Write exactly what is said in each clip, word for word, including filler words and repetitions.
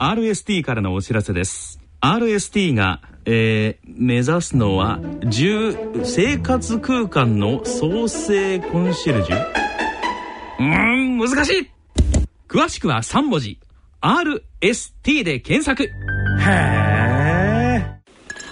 アールエスティー からのお知らせです。 アールエスティー が、えー、目指すのは住生活空間の創生コンシェルジュ。うーん難しい。詳しくはさん文字 アールエスティー で検索。へー。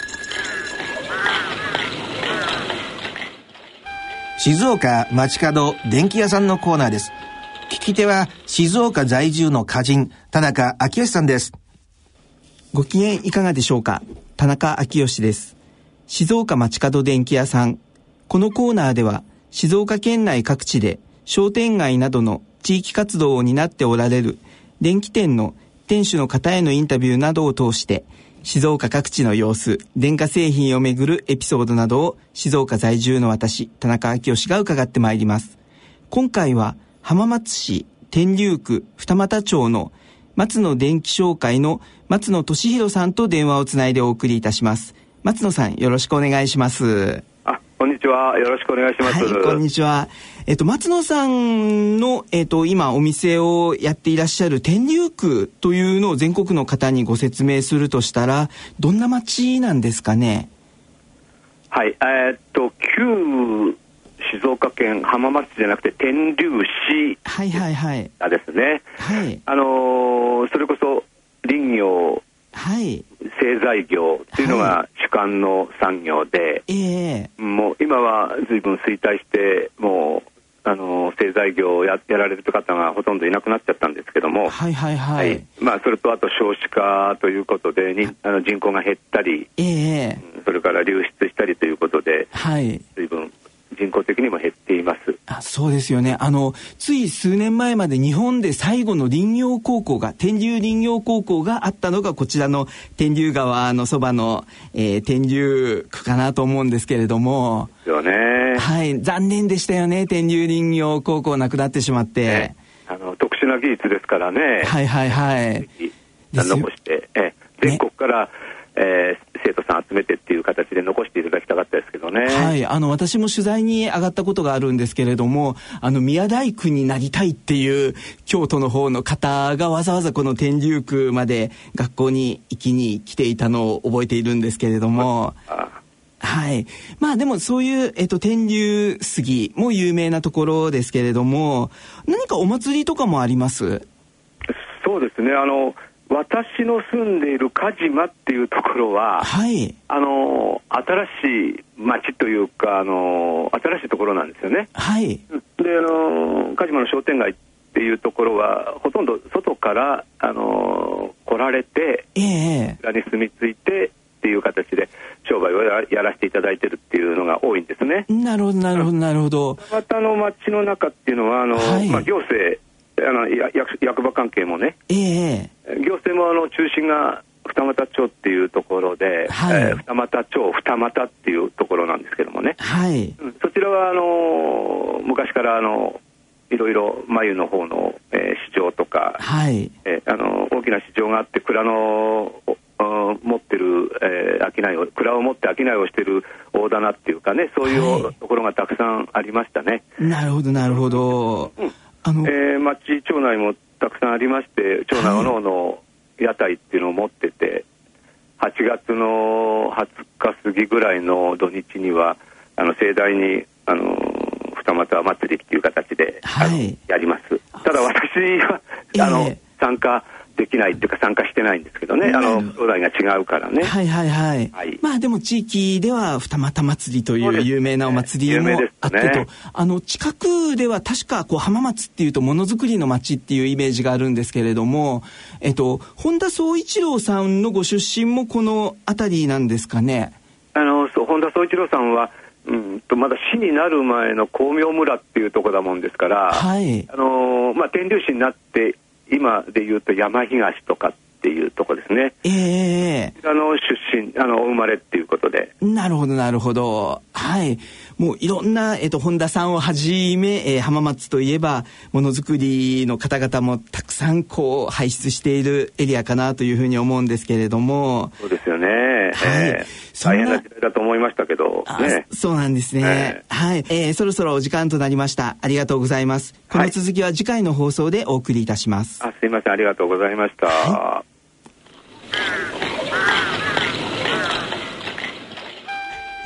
静岡街角電気屋さんのコーナーです。聞き手は静岡在住の歌人田中昭義さんです。 ご機嫌いかがでしょうか。田中昭義です。静岡街角電気屋さん。このコーナーでは静岡県内各地で商店街などの地域活動を担っておられる電気店の店主の方へのインタビューなどを通して静岡各地の様子、電化製品をめぐるエピソードなどを静岡在住の私、田中昭義が伺ってまいります。今回は浜松市天竜区二俣町の松野電気商会の松野俊弘さんと電話をつないでお送りいたします。松野さん、よろしくお願いします。 あ、こんにちは。よろしくお願いします。 はい、こんにちは。えっと、松野さんの、えっと、今お店をやっていらっしゃる天竜区というのを全国の方にご説明するとしたら、どんな町なんですかね。 はい、えー、っと、旧静岡県浜松市じゃなくて天竜市はいはいはいがですね、 はい、 あのー、それこそ林業、 はい、 製材業っていうのが主幹の産業で、 はい、えー、 もう今は随分衰退してもうあの製材業を や, やられる方がほとんどいなくなっちゃったんですけども、 はいはいはい、はい、 まあ、それとあと少子化ということでにあの人口が減ったり、 えー、 それから流出したりということで、 はい、 随分人口的にも減っています。 あ、そうですよね。あのつい数年前まで日本で最後の林業高校が天竜林業高校があったのがこちらの天竜川のそばの、えー、天竜区かなと思うんですけれども、 ですよね。 はい、残念でしたよね。天竜林業高校なくなってしまって、ね、 あの特殊な技術ですからね。 はいはいはい。 残してえ全国から、ね、えー、生徒さん集めてっていう形で残していただきたかったですけどね。 はい、あの私も取材に上がったことがあるんですけれども、あの宮大工になりたいっていう京都の方の方がわざわざこの天竜区まで学校に行きに来ていたのを覚えているんですけれども、ああ、はい、まあでもそういう、えっと、天竜杉も有名なところですけれども、何かお祭りとかもあります？ そうですね、あの私の住んでいる鹿島っていうところは、はい、あの新しい町というか、あの新しいところなんですよね。 はい、 で、あの鹿島の商店街っていうところはほとんど外からあの来られて、えー、こちらに住み着いてっていう形で商売を や, やらせていただいてるっていうのが多いんですね。 なるほどなるほどなるほど。 またの町の中っていうのはあの、はい、まあ、行政あの 役, 役場関係もね、えー、行政もあの中心が二俣町っていうところで、はい、えー、二俣町二俣っていうところなんですけどもね、はい、そちらはあの昔からあのいろいろ繭の方の、えー、市場とか、はい、えー、あの大きな市場があって蔵の持ってる、えー、商いを蔵を持って商いをしてる大棚っていうかね、そういうところがたくさんありましたね。 はい、なるほどなるほど。うん、 あのえー、町町内もたくさんありまして、町内おのおの屋台っていうのを持ってて、はちがつのはつか過ぎぐらいの土日にはあの盛大にあの二俣祭りっていう形で、はい、やります。ただ私は、えー、あの参加できないっていうか参加してないんですけどね、あの兄弟が違うからね。 はいはいはい、はい、まあでも地域では二俣祭りという有名なお祭りもあってと、ね、あの近くでは確かこう浜松っていうとものづくりの町っていうイメージがあるんですけれども、えっと本田宗一郎さんのご出身もこの辺りなんですかね。 あのそう本田宗一郎さんはうんとまだ市になる前の光明村っていうところだもんですから、はい、あのまあ天竜市になって今でいうと山東とかっていうとこですね。えー、あの出身あの生まれっていうことで。 なるほどなるほど。はい。もういろんな、えっと、本田さんをはじめ、えー、浜松といえばものづくりの方々もたくさんこう輩出しているエリアかなというふうに思うんですけれども。 そうですよね。はい。えー、大変な時代だと思いましたけど、ね、 そうなんですね。えー、はい、えー。そろそろお時間となりました。ありがとうございます。この続きは次回の放送でお送りいたします。 はい、あ、すいません、ありがとうございました。はい。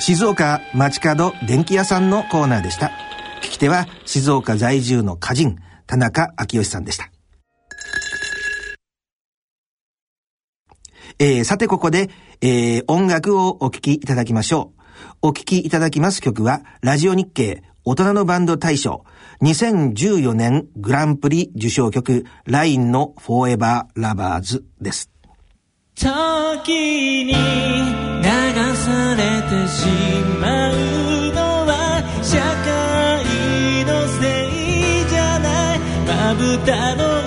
静岡街角電気屋さんのコーナーでした。聞き手は静岡在住の歌人田中昭義さんでした。えー、さてここで、えー、音楽をお聴きいただきましょう。お聴きいただきます曲はラジオ日経大人のバンド大賞にせんじゅうよねんグランプリ受賞曲ラインのフォーエバーラバーズです。 時に流されてしまうのは社会のせいじゃない。まぶたの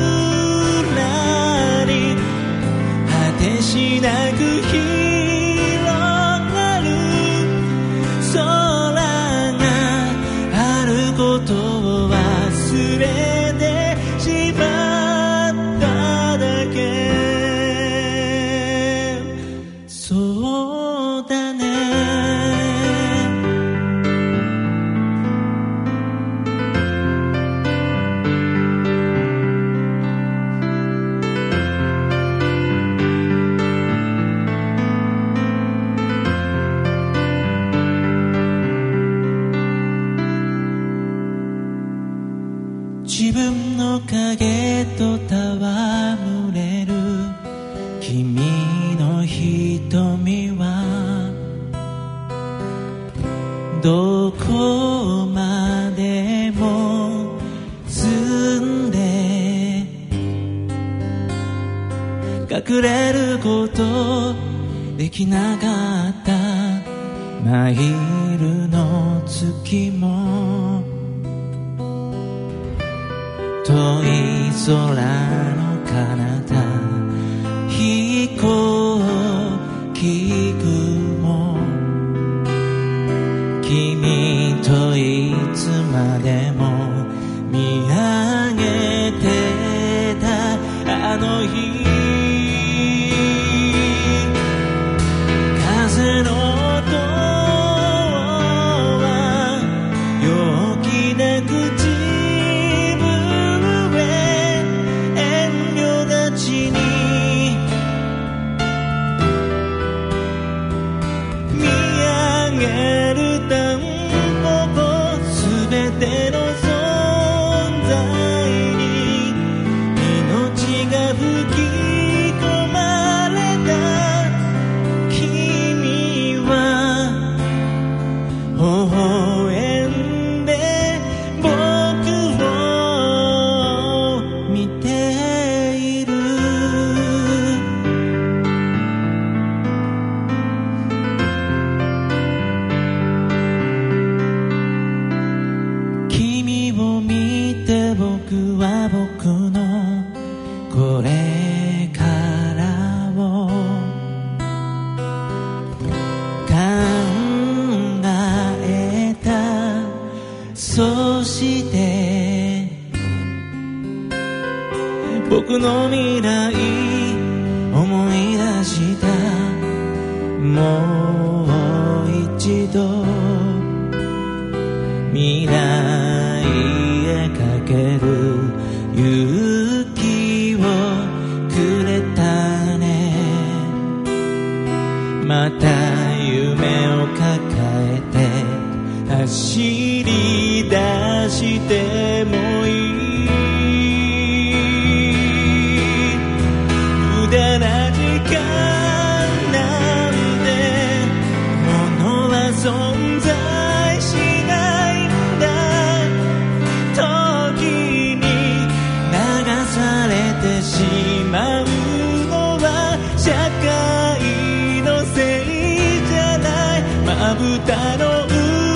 裏に果てしなく広がる空があることを忘れてしまっただけ。そうだね。自分の影と戯れる君の瞳はどこまでも澄んで隠れることできなかったマイルの月も遠い空の彼方飛行機雲君といつまでも見上げてたあの日風の音は陽気な口僕の未来思い出したもう一度未来へかける勇気をくれたね。また夢を抱えて走り出してもいい。無駄な時間なんてものは存在しないんだ。時に流されてしまうのは社会のせいじゃない。まぶたの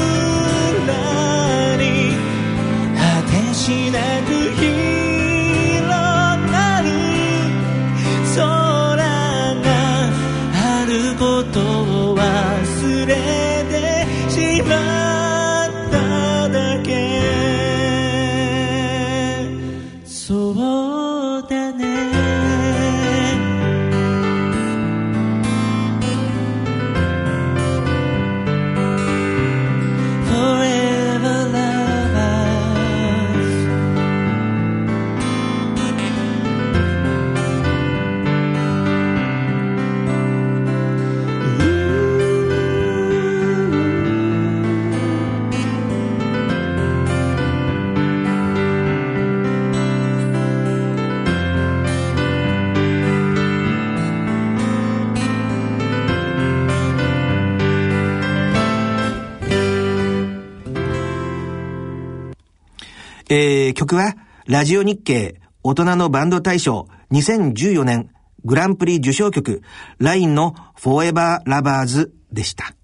裏に果てしなく広がる空があることを忘れてしまっただけ。そうだね。 えー、曲はラジオ日経大人のバンド大賞にせんじゅうよねんグランプリ受賞曲 ライン の Forever Lovers でした。